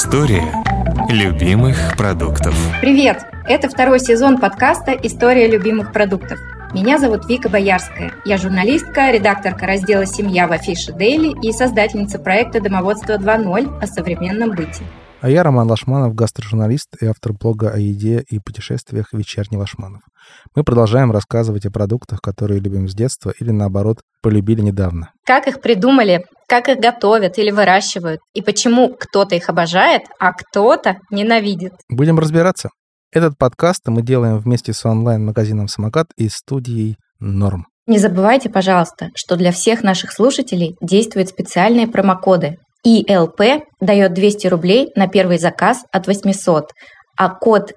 История любимых продуктов. Привет! Это второй сезон подкаста «История любимых продуктов». Меня зовут Вика Боярская. Я журналистка, редакторка раздела «Семья» в Афише Дейли и создательница проекта «Домоводство 2.0» о современном быте. А я Роман Лашманов, гастрожурналист и автор блога о еде и путешествиях «Вечерний Лашманов». Мы продолжаем рассказывать о продуктах, которые любим с детства или, наоборот, полюбили недавно. Как их придумали, как их готовят или выращивают, и почему кто-то их обожает, а кто-то ненавидит. Будем разбираться. Этот подкаст мы делаем вместе с онлайн-магазином «Самокат» и студией «Норм». Не забывайте, пожалуйста, что для всех наших слушателей действуют специальные промокоды. ИЛП дает 200 рублей на первый заказ от 800, а код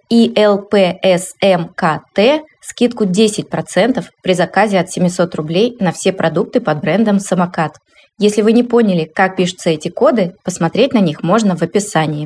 ИЛПСМКТ скидку 10% при заказе от 700 рублей на все продукты под брендом «Самокат». Если вы не поняли, как пишутся эти коды, посмотреть на них можно в описании.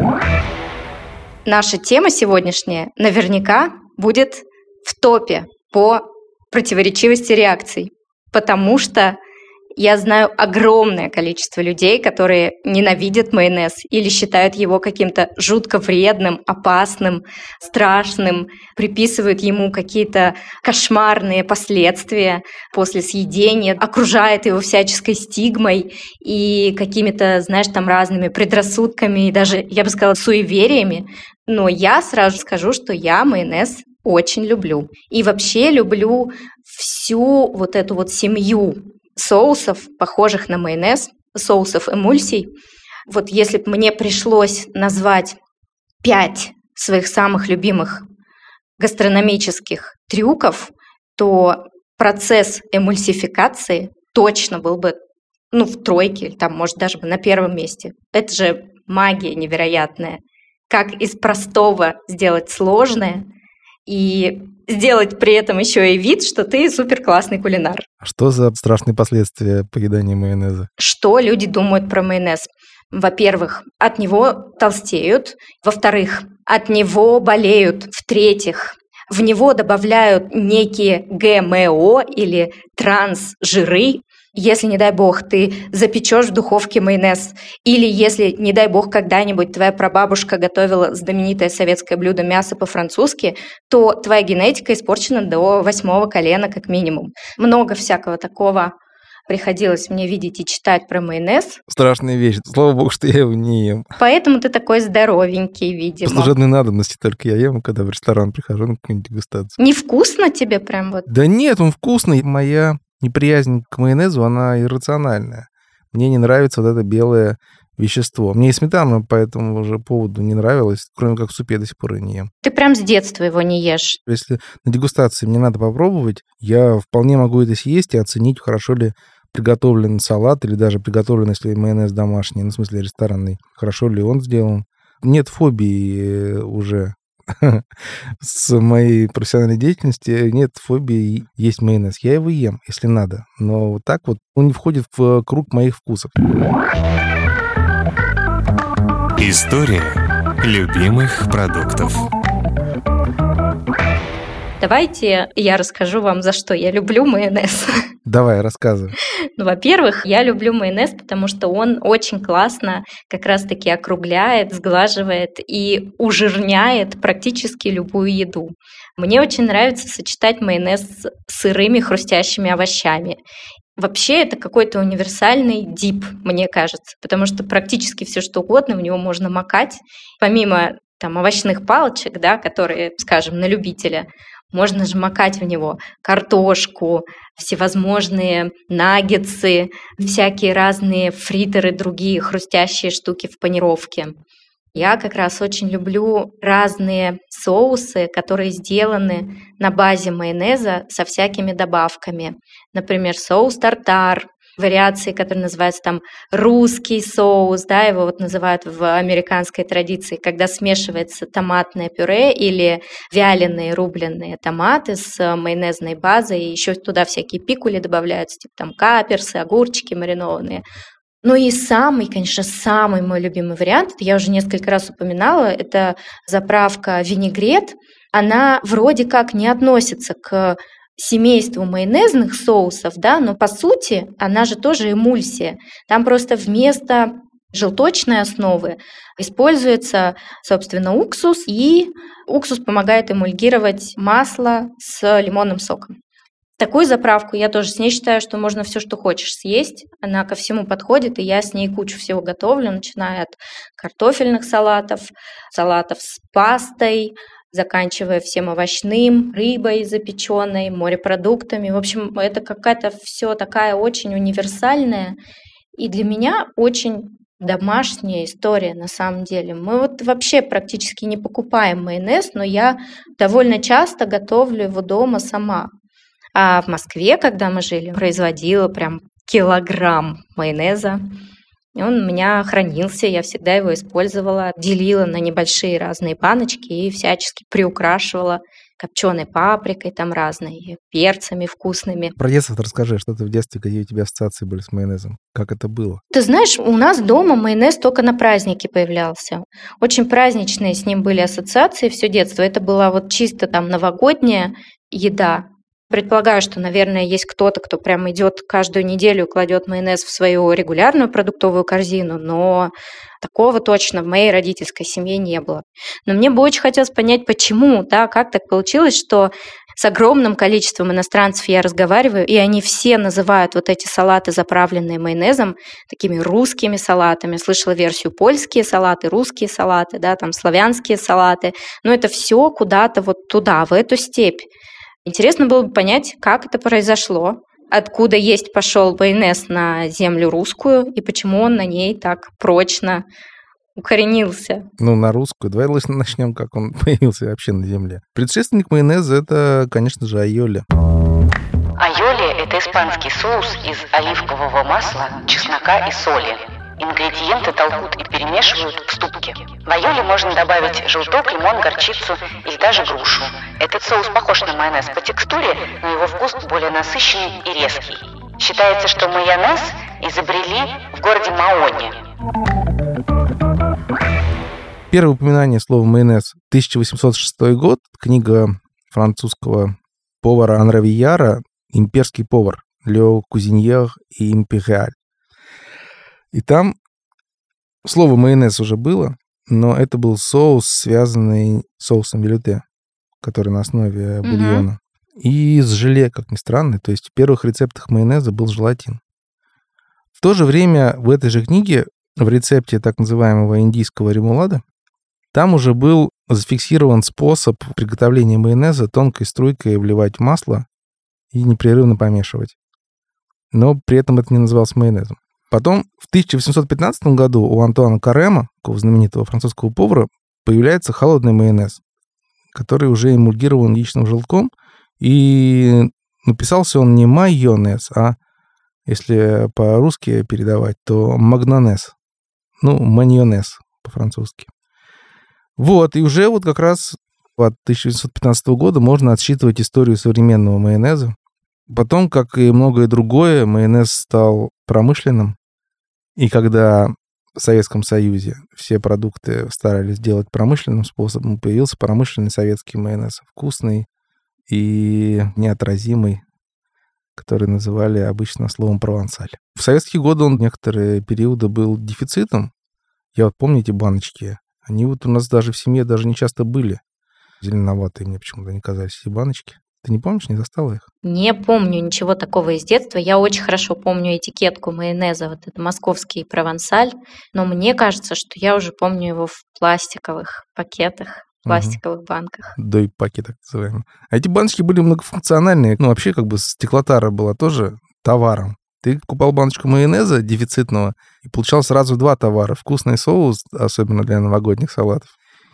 Наша тема сегодняшняя наверняка будет в топе по противоречивости реакций, потому что я знаю огромное количество людей, которые ненавидят майонез или считают его каким-то жутко вредным, опасным, страшным, приписывают ему какие-то кошмарные последствия после съедения, окружают его всяческой стигмой и какими-то, знаешь, там разными предрассудками и даже, я бы сказала, суевериями. Но я сразу скажу, что я майонез очень люблю. И вообще люблю всю вот эту вот семью соусов, похожих на майонез, соусов эмульсий. Вот если бы мне пришлось назвать 5 своих самых любимых гастрономических трюков, то процесс эмульсификации точно был бы в тройке, или там, может, даже на первом месте. Это же магия невероятная. Как из простого сделать сложное и сделать при этом еще и вид, что ты суперклассный кулинар. А что за страшные последствия поедания майонеза? Что люди думают про майонез? Во-первых, от него толстеют. Во-вторых, от него болеют. В-третьих, в него добавляют некие ГМО или трансжиры. Если, не дай бог, ты запечешь в духовке майонез, или если, не дай бог, когда-нибудь твоя прабабушка готовила знаменитое советское блюдо мясо по-французски, то твоя генетика испорчена до 8-го колена как минимум. Много всякого такого приходилось мне видеть и читать про майонез. Страшная вещь. Слава богу, что я его не ем. Поэтому ты такой здоровенький, видимо. По служебной надобности только я ем, когда в ресторан прихожу на какую-нибудь дегустацию. Невкусно тебе прям вот? Да нет, он вкусный. Моя неприязнь к майонезу, она иррациональная. Мне не нравится вот это белое вещество. Мне и сметана по этому же поводу не нравилась, кроме как в супе я до сих пор и не ем. Ты прям с детства его не ешь? Если на дегустации мне надо попробовать, я вполне могу это съесть и оценить, хорошо ли приготовлен салат или даже приготовлен, если майонез домашний, в смысле ресторанный, хорошо ли он сделан. Нет фобии уже. С моей профессиональной деятельности нет фобии есть майонез. Я его ем, если надо. Но вот так вот он не входит в круг моих вкусов. История любимых продуктов. Давайте я расскажу вам, за что я люблю майонез. Давай, рассказывай. Во-первых, я люблю майонез, потому что он очень классно как раз-таки округляет, сглаживает и ужирняет практически любую еду. Мне очень нравится сочетать майонез с сырыми хрустящими овощами. Вообще это какой-то универсальный дип, мне кажется, потому что практически все что угодно в него можно макать. Помимо овощных палочек, да, которые, скажем, на любителя, можно же макать в него картошку, всевозможные наггетсы, всякие разные фритеры, другие хрустящие штуки в панировке. Я как раз очень люблю разные соусы, которые сделаны на базе майонеза со всякими добавками. Например, соус тартар, вариации, которые называются там русский соус, да, его вот называют в американской традиции, когда смешивается томатное пюре или вяленые рубленые томаты с майонезной базой, и еще туда всякие пикули добавляются, типа там каперсы, огурчики маринованные. Ну и конечно, самый мой любимый вариант, это я уже несколько раз упоминала, это заправка винегрет. Она вроде как не относится к семейству майонезных соусов, да, но по сути она же тоже эмульсия. Там просто вместо желточной основы, используется, собственно, уксус, и уксус помогает эмульгировать масло с лимонным соком. Такую заправку я тоже с ней считаю, что можно все, что хочешь съесть. Она ко всему подходит, и я с ней кучу всего готовлю, начиная от картофельных салатов, салатов с пастой, заканчивая всем овощным, рыбой запеченной, морепродуктами. В общем, это какая-то все такая очень универсальная и для меня очень домашняя история на самом деле. Мы вот вообще практически не покупаем майонез, но я довольно часто готовлю его дома сама. А в Москве, когда мы жили, производила прям килограмм майонеза. И он у меня хранился, я всегда его использовала, делила на небольшие разные баночки и всячески приукрашивала копченой паприкой там разной, перцами вкусными. Про детство расскажи, что ты в детстве, какие у тебя ассоциации были с майонезом? Как это было? Ты знаешь, у нас дома майонез только на праздники появлялся. Очень праздничные с ним были ассоциации все детство. Это была вот чисто там новогодняя еда. Предполагаю, что, наверное, есть кто-то, кто прям идет каждую неделю и кладет майонез в свою регулярную продуктовую корзину, но такого точно в моей родительской семье не было. Но мне бы очень хотелось понять, почему, да, как так получилось, что с огромным количеством иностранцев я разговариваю, и они все называют вот эти салаты, заправленные майонезом, такими русскими салатами. Слышала версию польские салаты, русские салаты, да, там славянские салаты. Но это все куда-то вот туда, в эту степь. Интересно было бы понять, как это произошло, откуда есть пошел майонез на землю русскую и почему он на ней так прочно укоренился. Ну, на русскую. Давай начнем, как он появился вообще на земле. Предшественник майонеза — это, конечно же, айоли. Айоли – это испанский соус из оливкового масла, чеснока и соли. Ингредиенты толкут и перемешивают в ступке. В айоли можно добавить желток, лимон, горчицу или даже грушу. Этот соус похож на майонез по текстуре, но его вкус более насыщенный и резкий. Считается, что майонез изобрели в городе Маоне. Первое упоминание слова майонез — 1806 год, книга французского повара Анре Вияра «Имперский повар» «Le cuisinier et impérial». И там слово майонез уже было, но это был соус, связанный с соусом велюте, который на основе бульона. И с желе, как ни странно. То есть в первых рецептах майонеза был желатин. В то же время в этой же книге, в рецепте так называемого индийского ремулада, там уже был зафиксирован способ приготовления майонеза тонкой струйкой вливать масло и непрерывно помешивать. Но при этом это не называлось майонезом. Потом в 1815 году у Антуана Карема, такого знаменитого французского повара, появляется холодный майонез, который уже эмульгирован яичным желтком, и написался он не майонез, а, если по-русски передавать, то магнонез, маньонез по-французски. Вот, и уже вот как раз от 1915 года можно отсчитывать историю современного майонеза. Потом, как и многое другое, майонез стал промышленным. И когда в Советском Союзе все продукты старались делать промышленным способом, появился промышленный советский майонез. Вкусный и неотразимый, который называли обычно словом провансаль. В советские годы он в некоторые периоды был дефицитом. Я вот помню эти баночки. Они вот у нас даже в семье даже не часто были. Зеленоватые мне почему-то не казались эти баночки. Ты не помнишь, не застала их? Не помню ничего такого из детства. Я очень хорошо помню этикетку майонеза, вот это московский провансаль, но мне кажется, что я уже помню его в пластиковых пакетах, в пластиковых банках. Дойпаки, так называемые. А эти баночки были многофункциональные. Вообще как бы стеклотара была тоже товаром. Ты покупал баночку майонеза дефицитного и получал сразу два товара. Вкусный соус, особенно для новогодних салатов,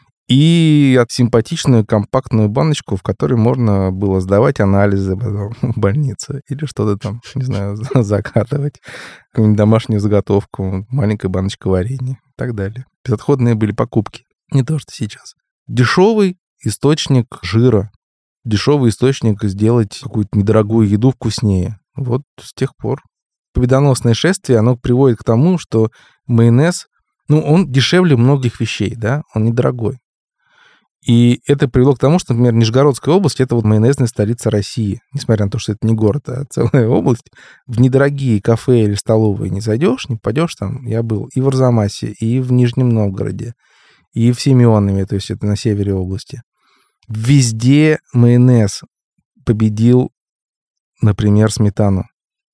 и симпатичную компактную баночку, в которой можно было сдавать анализы потом в больнице или что-то там, не знаю, закатывать, какую-нибудь домашнюю заготовку, маленькая баночка варенья и так далее. Безотходные были покупки, не то что сейчас. Дешевый источник жира, дешевый источник сделать какую-то недорогую еду вкуснее. Вот с тех пор победоносное шествие, оно приводит к тому, что майонез, он дешевле многих вещей, да, он недорогой. И это привело к тому, что, например, Нижегородская область — это вот майонезная столица России. Несмотря на то, что это не город, а целая область. В недорогие кафе или столовые не зайдешь, не пойдешь там. Я был и в Арзамасе, и в Нижнем Новгороде, и в Семенове, то есть это на севере области. Везде майонез победил, например, сметану.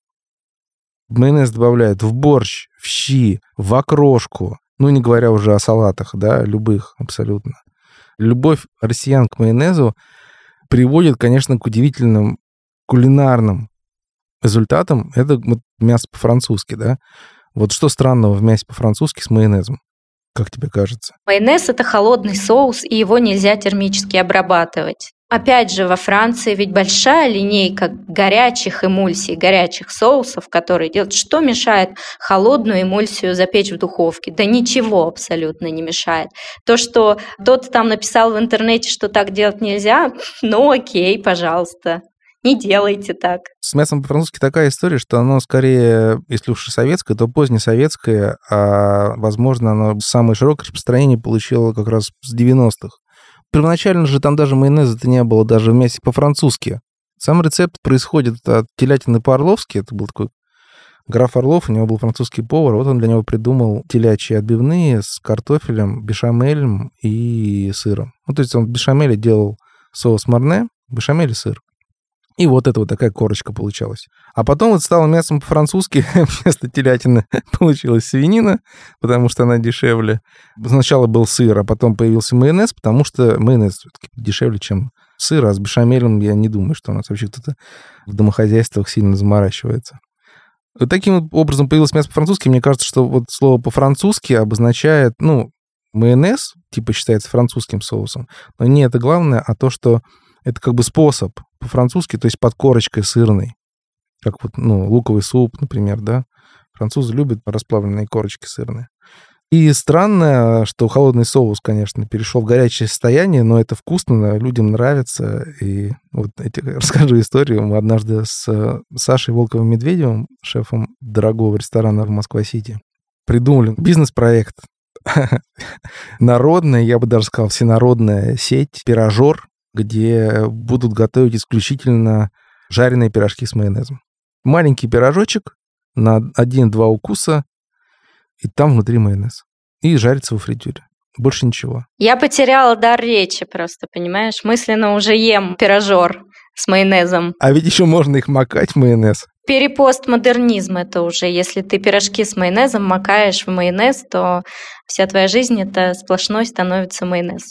Майонез добавляют в борщ, в щи, в окрошку. Ну, не говоря уже о салатах, да, любых абсолютно. Любовь россиян к майонезу приводит, конечно, к удивительным кулинарным результатам. Это вот мясо по-французски, да. Вот что странного в мясе по-французски с майонезом? Как тебе кажется? Майонез – это холодный соус, и его нельзя термически обрабатывать. Опять же, во Франции ведь большая линейка горячих эмульсий, горячих соусов, которые делают. Что мешает холодную эмульсию запечь в духовке? Да ничего абсолютно не мешает. То, что кто-то там написал в интернете, что так делать нельзя, ну окей, пожалуйста. Не делайте так. С мясом по-французски такая история, что оно скорее, если уж и советское, то позднесоветское, а, возможно, оно самое широкое распространение получило как раз с 90-х. Первоначально же там даже майонеза-то не было, даже в мясе по-французски. Сам рецепт происходит от телятины по-орловски. Это был такой граф Орлов, у него был французский повар. Вот он для него придумал телячьи отбивные с картофелем, бешамелем и сыром. Ну, то есть он в бешамеле делал соус марне, бешамель и сыр. И вот это вот такая корочка получалась. А потом это стало мясом по-французски. Вместо телятины получилась свинина, потому что она дешевле. Сначала был сыр, а потом появился майонез, потому что майонез все-таки дешевле, чем сыр. А с бешамелем я не думаю, что у нас вообще кто-то в домохозяйствах сильно заморачивается. И таким образом появилось мясо по-французски. Мне кажется, что вот слово по-французски обозначает, майонез, типа считается французским соусом. Но не это главное, а то, что это как бы способ по-французски, то есть под корочкой сырной. Как вот, луковый суп, например, да. Французы любят расплавленные корочки сырные. И странно, что холодный соус, конечно, перешел в горячее состояние, но это вкусно, людям нравится. И вот расскажу историю. Мы однажды с Сашей Волковым-Медведевым, шефом дорогого ресторана в Москва-Сити, придумали бизнес-проект. Народная, я бы даже сказал, всенародная сеть «Пирожор», где будут готовить исключительно жареные пирожки с майонезом. Маленький пирожочек на 1-2 укуса, и там внутри майонез. И жарится во фритюре. Больше ничего. Я потеряла дар речи просто, понимаешь? Мысленно уже ем пирожор с майонезом. А ведь еще можно их макать в майонез. Перепостмодернизм это уже. Если ты пирожки с майонезом макаешь в майонез, то вся твоя жизнь это сплошной становится майонез.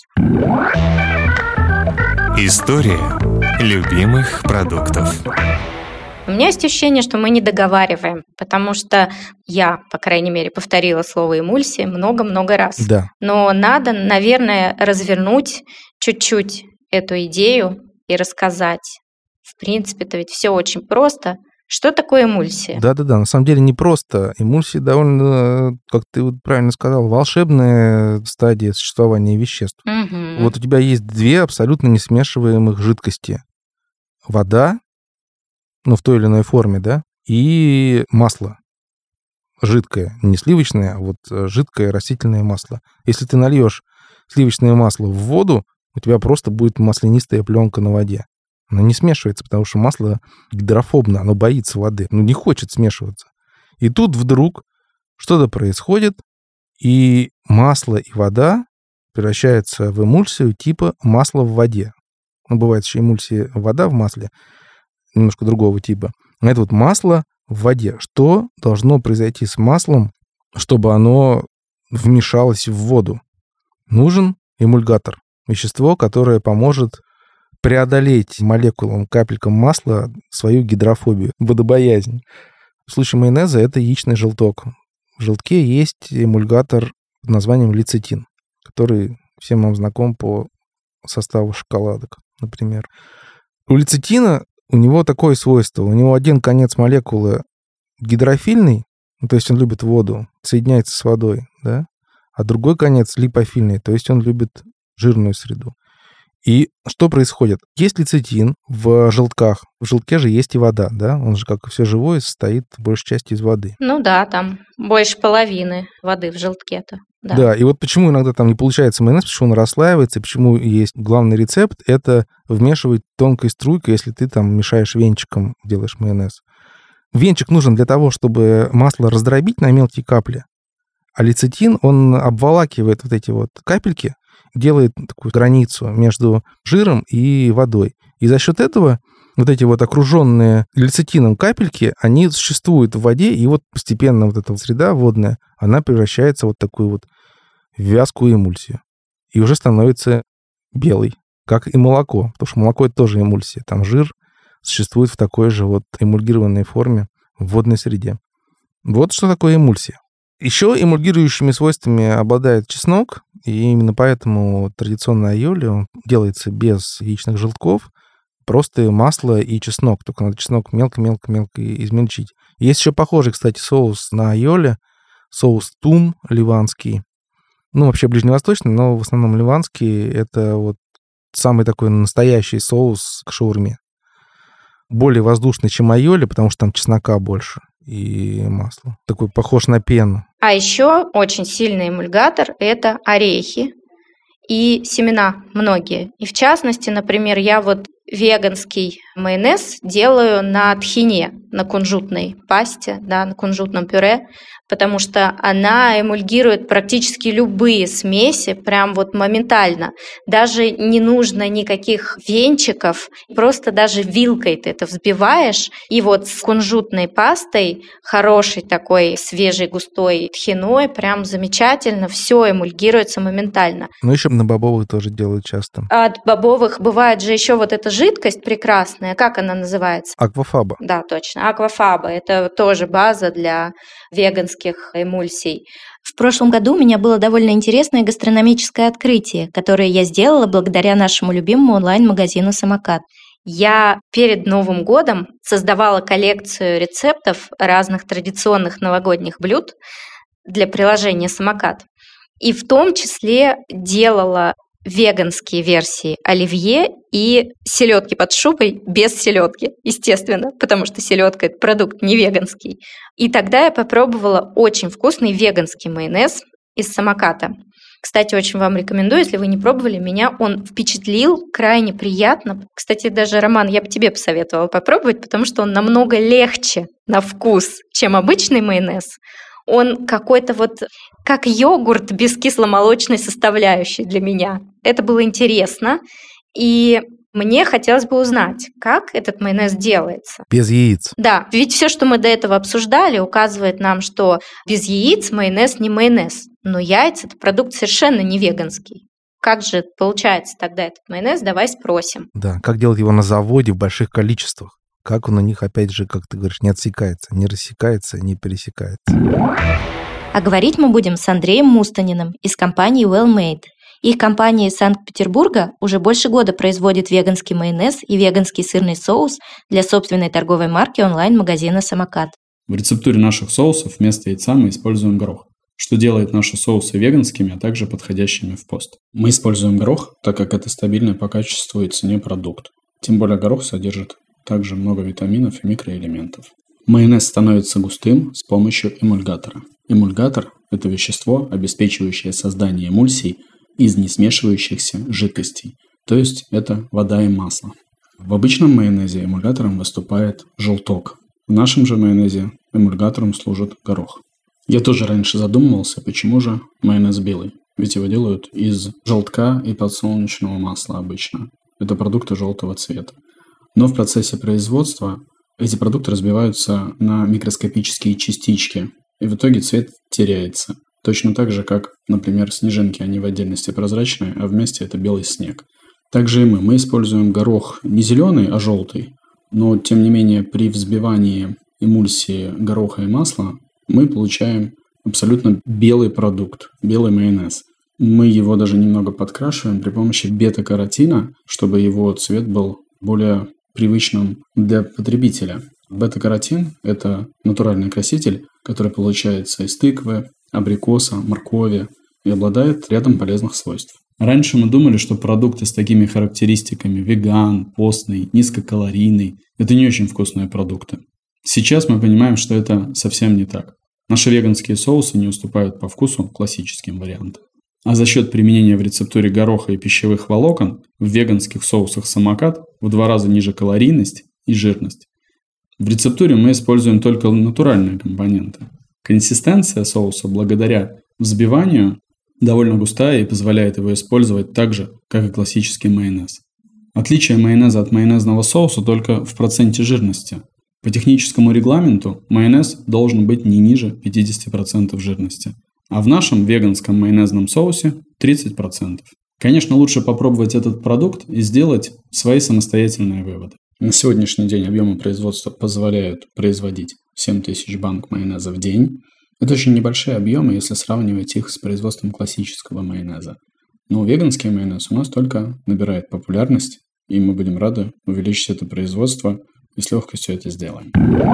История любимых продуктов. У меня есть ощущение, что мы не договариваем, потому что я, по крайней мере, повторила слово эмульсия много-много раз. Да. Но надо, наверное, развернуть чуть-чуть эту идею и рассказать. В принципе-то ведь все очень просто. Что такое эмульсия? Да-да-да, на самом деле не просто. Эмульсия довольно, как ты вот правильно сказал, волшебная стадия существования веществ. Угу. Вот у тебя есть 2 абсолютно несмешиваемых жидкости. Вода, в той или иной форме, да, и масло. Жидкое, не сливочное, а вот жидкое растительное масло. Если ты нальешь сливочное масло в воду, у тебя просто будет маслянистая пленка на воде. Оно не смешивается, потому что масло гидрофобно, оно боится воды, не хочет смешиваться. И тут вдруг что-то происходит, и масло и вода превращаются в эмульсию типа масла в воде. Бывает еще эмульсия вода в масле, немножко другого типа. А это вот масло в воде. Что должно произойти с маслом, чтобы оно вмешалось в воду? Нужен эмульгатор, вещество, которое поможет преодолеть молекулам, капелькам масла свою гидрофобию, водобоязнь. В случае майонеза это яичный желток. В желтке есть эмульгатор под названием лецитин, который всем нам знаком по составу шоколадок, например. У лецитина у него такое свойство. У него один конец молекулы гидрофильный, то есть он любит воду, соединяется с водой, да, а другой конец липофильный, то есть он любит жирную среду. И что происходит? Есть лецитин в желтках. В желтке же есть и вода, да? Он же, как и все живое, состоит большей части из воды. Ну да, там больше половины воды в желтке-то. Да. Да, и вот почему иногда там не получается майонез, почему он расслаивается, и почему есть главный рецепт, это вмешивать тонкой струйкой, если ты там мешаешь венчиком, делаешь майонез. Венчик нужен для того, чтобы масло раздробить на мелкие капли, а лецитин, он обволакивает вот эти вот капельки, делает такую границу между жиром и водой. И за счет этого вот эти вот окруженные лецитином капельки, они существуют в воде, и вот постепенно вот эта среда водная, она превращается в вот такую вот вязкую эмульсию. И уже становится белой, как и молоко. Потому что молоко — это тоже эмульсия. Там жир существует в такой же вот эмульгированной форме в водной среде. Вот что такое эмульсия. Еще эмульгирующими свойствами обладает чеснок, и именно поэтому традиционный айоли, он делается без яичных желтков, просто масло и чеснок, только надо чеснок мелко-мелко-мелко измельчить. Есть еще похожий, кстати, соус на айоли, соус тум ливанский, ну, вообще ближневосточный, но в основном ливанский, это вот самый такой настоящий соус к шаурме. Более воздушный, чем айоли, потому что там чеснока больше и масла. Такой похож на пену. А еще очень сильный эмульгатор – это орехи и семена многие. И в частности, например, я вот веганский майонез делаю на тхине, на кунжутной пасте, да, на кунжутном пюре, потому что она эмульгирует практически любые смеси прям вот моментально. Даже не нужно никаких венчиков, просто даже вилкой ты это взбиваешь, и вот с кунжутной пастой, хорошей такой свежей густой тхиной, прям замечательно, все эмульгируется моментально. Ну, еще на бобовых тоже делают часто. От бобовых бывает же еще вот эта жидкость прекрасная, как она называется? Аквафаба. Да, точно, аквафаба, это тоже база для веганских эмульсий. В прошлом году у меня было довольно интересное гастрономическое открытие, которое я сделала благодаря нашему любимому онлайн-магазину «Самокат». Я перед Новым годом создавала коллекцию рецептов разных традиционных новогодних блюд для приложения «Самокат». И в том числе делала веганские версии оливье и селедки под шубой без селедки, естественно, потому что селедка – это продукт не веганский. И тогда я попробовала очень вкусный веганский майонез из «Самоката». Кстати, очень вам рекомендую, если вы не пробовали, меня он впечатлил крайне приятно. Кстати, даже, Роман, я бы тебе посоветовала попробовать, потому что он намного легче на вкус, чем обычный майонез. Он какой-то вот как йогурт без кисломолочной составляющей для меня. Это было интересно, и мне хотелось бы узнать, как этот майонез делается. Без яиц. Да, ведь все, что мы до этого обсуждали, указывает нам, что без яиц майонез не майонез. Но яйца – это продукт совершенно не веганский. Как же получается тогда этот майонез? Давай спросим. Да, как делать его на заводе в больших количествах? Как он у них, опять же, как ты говоришь, не отсекается, не рассекается, не пересекается. А говорить мы будем с Андреем Мустаниным из компании Well-Made. Их компания из Санкт-Петербурга уже больше года производит веганский майонез и веганский сырный соус для собственной торговой марки онлайн-магазина «Самокат». В рецептуре наших соусов вместо яйца мы используем горох, что делает наши соусы веганскими, а также подходящими в пост. Мы используем горох, так как это стабильный по качеству и цене продукт. Тем более горох содержит также много витаминов и микроэлементов. Майонез становится густым с помощью эмульгатора. Эмульгатор – это вещество, обеспечивающее создание эмульсий из несмешивающихся жидкостей, то есть это вода и масло. В обычном майонезе эмульгатором выступает желток. В нашем же майонезе эмульгатором служит горох. Я тоже раньше задумывался, почему же майонез белый, ведь его делают из желтка и подсолнечного масла обычно. Это продукты желтого цвета. Но в процессе производства эти продукты разбиваются на микроскопические частички, и в итоге цвет теряется. Точно так же, как, например, снежинки, они в отдельности прозрачные, а вместе это белый снег. Также и мы используем горох не зеленый, а желтый, но тем не менее при взбивании эмульсии гороха и масла мы получаем абсолютно белый продукт, белый майонез. Мы его даже немного подкрашиваем при помощи бета-каротина, чтобы его цвет был более привычным для потребителя. Бета-каротин – это натуральный краситель, который получается из тыквы, абрикоса, моркови и обладает рядом полезных свойств. Раньше мы думали, что продукты с такими характеристиками – веган, постный, низкокалорийный – это не очень вкусные продукты. Сейчас мы понимаем, что это совсем не так. Наши веганские соусы не уступают по вкусу классическим вариантам. А за счет применения в рецептуре гороха и пищевых волокон в веганских соусах самокат в 2 раза ниже калорийность и жирность. В рецептуре мы используем только натуральные компоненты. Консистенция соуса благодаря взбиванию довольно густая и позволяет его использовать так же, как и классический майонез. Отличие майонеза от майонезного соуса только в проценте жирности. По техническому регламенту майонез должен быть не ниже 50% жирности, а в нашем веганском майонезном соусе 30%. Конечно, лучше попробовать этот продукт и сделать свои самостоятельные выводы. На сегодняшний день объемы производства позволяют производить 7000 банок майонеза в день. Это очень небольшие объемы, если сравнивать их с производством классического майонеза. Но веганский майонез у нас только набирает популярность, и мы будем рады увеличить это производство и с легкостью это сделаем.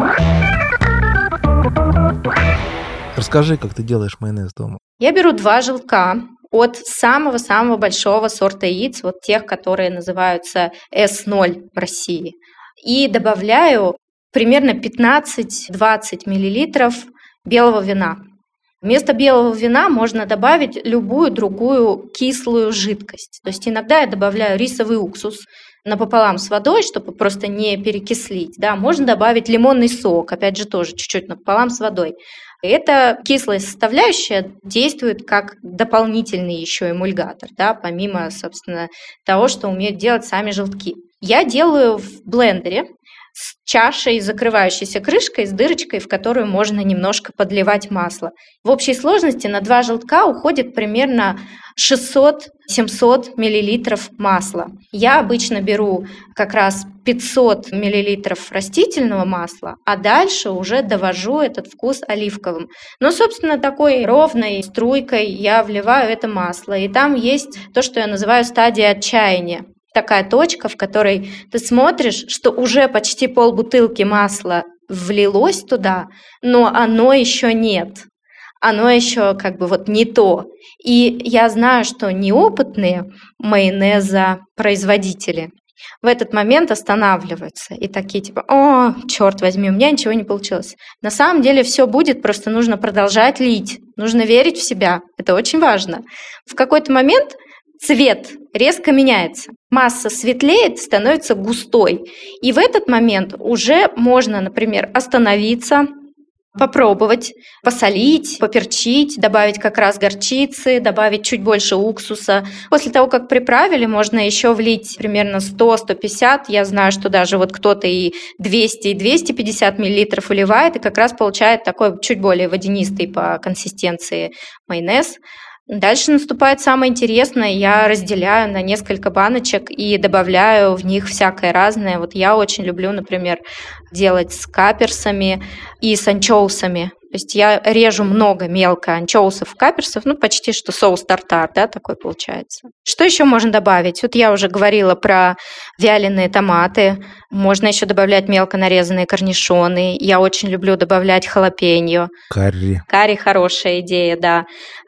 Расскажи, как ты делаешь майонез дома. Я беру 2 желтка от самого-самого большого сорта яиц, вот тех, которые называются S0 в России, и добавляю примерно 15-20 мл белого вина. Вместо белого вина можно добавить любую другую кислую жидкость. То есть иногда я добавляю рисовый уксус напополам с водой, чтобы просто не перекислить. Да, можно добавить лимонный сок, опять же тоже чуть-чуть напополам с водой. Эта кислая составляющая действует как дополнительный еще эмульгатор, да, помимо, собственно, того, что умеют делать сами желтки. Я делаю в блендере с чашей, закрывающейся крышкой, с дырочкой, в которую можно немножко подливать масло. В общей сложности на 2 желтка уходит примерно 600-700 мл масла. Я обычно беру как раз 500 мл растительного масла, а дальше уже довожу этот вкус оливковым. Но, собственно, такой ровной струйкой я вливаю это масло. И там есть то, что я называю стадия отчаяния. Такая точка, в которой ты смотришь, что уже почти полбутылки масла влилось туда, но оно еще нет. Оно еще как бы вот не то. И я знаю, что неопытные майонезопроизводители в этот момент останавливаются и такие типа: «О, черт возьми, у меня ничего не получилось». На самом деле все будет, просто нужно продолжать лить, нужно верить в себя, это очень важно. В какой-то момент цвет резко меняется, масса светлеет, становится густой. И в этот момент уже можно, например, остановиться, попробовать, посолить, поперчить, добавить как раз горчицы, добавить чуть больше уксуса. После того, как приправили, можно еще влить примерно 100-150. Я знаю, что даже вот кто-то и 200, и 250 мл уливает, и как раз получает такой чуть более водянистый по консистенции майонез. Дальше наступает самое интересное. Я разделяю на несколько баночек и добавляю в них всякое разное. Вот я очень люблю, например, делать с каперсами и с анчоусами. То есть я режу много мелко анчоусов и каперсов, почти что соус тартар, да, такой получается. Что еще можно добавить? Вот я уже говорила про вяленые томаты. Можно еще добавлять мелко нарезанные корнишоны. Я очень люблю добавлять халапеньо. Карри. Карри хорошая идея, да.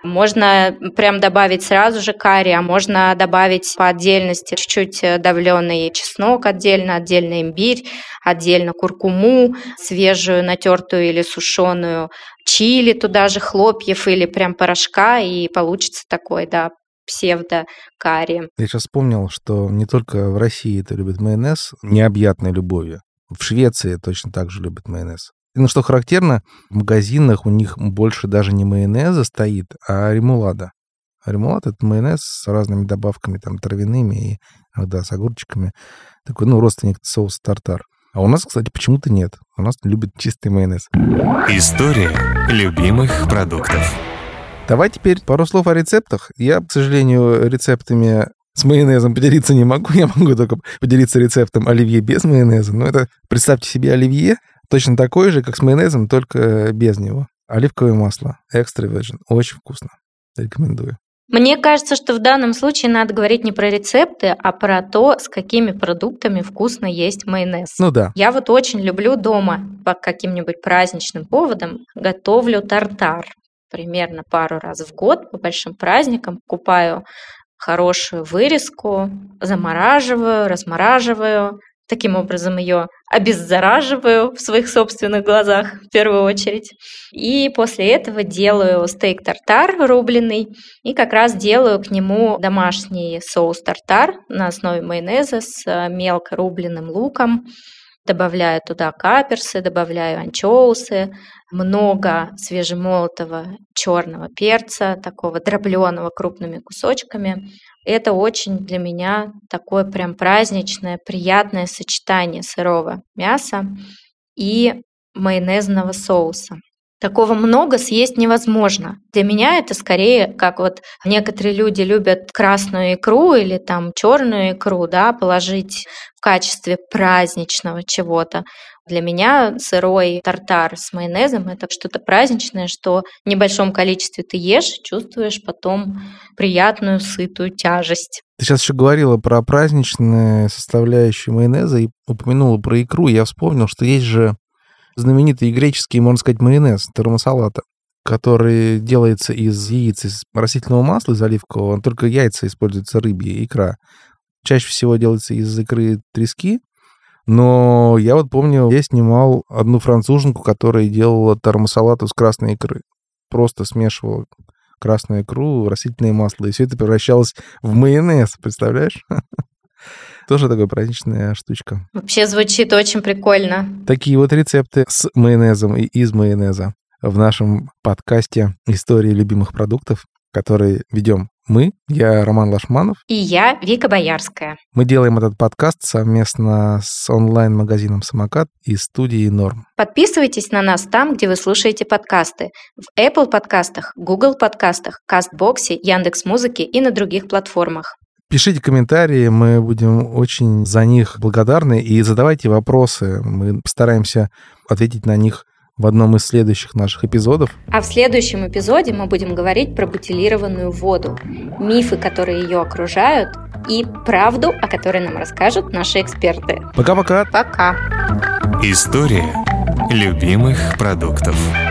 Можно прям добавить сразу же карри, а можно добавить по отдельности чуть-чуть давленый чеснок отдельно имбирь, отдельно куркуму, свежую, натертую или сушеную, чили туда же, хлопьев или прям порошка, и получится такой, да, псевдо-карри. Я сейчас вспомнил, что не только в России это любят майонез необъятной любовью. В Швеции точно так же любят майонез. Но что характерно, в магазинах у них больше даже не майонеза стоит, а ремулада. А ремулад — это майонез с разными добавками, там, травяными и иногда с огурчиками. Такой, родственник соуса тартар. А у нас, кстати, почему-то нет. У нас любят чистый майонез. История любимых продуктов. Давай теперь пару слов о рецептах. Я, к сожалению, рецептами с майонезом поделиться не могу. Я могу только поделиться рецептом оливье без майонеза. Но это, представьте себе, оливье точно такое же, как с майонезом, только без него. Оливковое масло. Extra virgin. Очень вкусно. Рекомендую. Мне кажется, что в данном случае надо говорить не про рецепты, а про то, с какими продуктами вкусно есть майонез. Ну да. Я вот очень люблю дома по каким-нибудь праздничным поводам готовлю тартар. Примерно пару раз в год по большим праздникам покупаю хорошую вырезку, замораживаю, размораживаю. Таким образом ее обеззараживаю в своих собственных глазах в первую очередь. И после этого делаю стейк тартар рубленый и как раз делаю к нему домашний соус тартар на основе майонеза с мелко рубленым луком. Добавляю туда каперсы, добавляю анчоусы, много свежемолотого черного перца, такого дробленого крупными кусочками. Это очень для меня такое прям праздничное, приятное сочетание сырого мяса и майонезного соуса. Такого много съесть невозможно. Для меня это скорее, как вот некоторые люди любят красную икру или там черную икру, да, положить в качестве праздничного чего-то. Для меня сырой тартар с майонезом – это что-то праздничное, что в небольшом количестве ты ешь, чувствуешь потом приятную, сытую тяжесть. Ты сейчас еще говорила про праздничные составляющие майонеза и упомянула про икру. Я вспомнил, что есть же знаменитый греческий, можно сказать, майонез термосалата, который делается из яиц, из растительного масла, из оливкового, только яйца используются, рыбьи, икра. Чаще всего делается из икры трески, но я вот помню, я снимал одну француженку, которая делала термосалат из красной икры. Просто смешивала красную икру, растительное масло, и все это превращалось в майонез, представляешь? Тоже такая праздничная штучка. Вообще звучит очень прикольно. Такие вот рецепты с майонезом и из майонеза в нашем подкасте «Истории любимых продуктов», который ведем мы, я Роман Лашманов. И я Вика Боярская. Мы делаем этот подкаст совместно с онлайн-магазином «Самокат» и студией «Норм». Подписывайтесь на нас там, где вы слушаете подкасты. В Apple подкастах, Google подкастах, Кастбоксе, Яндекс.Музыке и на других платформах. Пишите комментарии, мы будем очень за них благодарны, и задавайте вопросы. Мы постараемся ответить на них в одном из следующих наших эпизодов. А в следующем эпизоде мы будем говорить про бутилированную воду, мифы, которые ее окружают, и правду, о которой нам расскажут наши эксперты. Пока-пока! Пока! История любимых продуктов.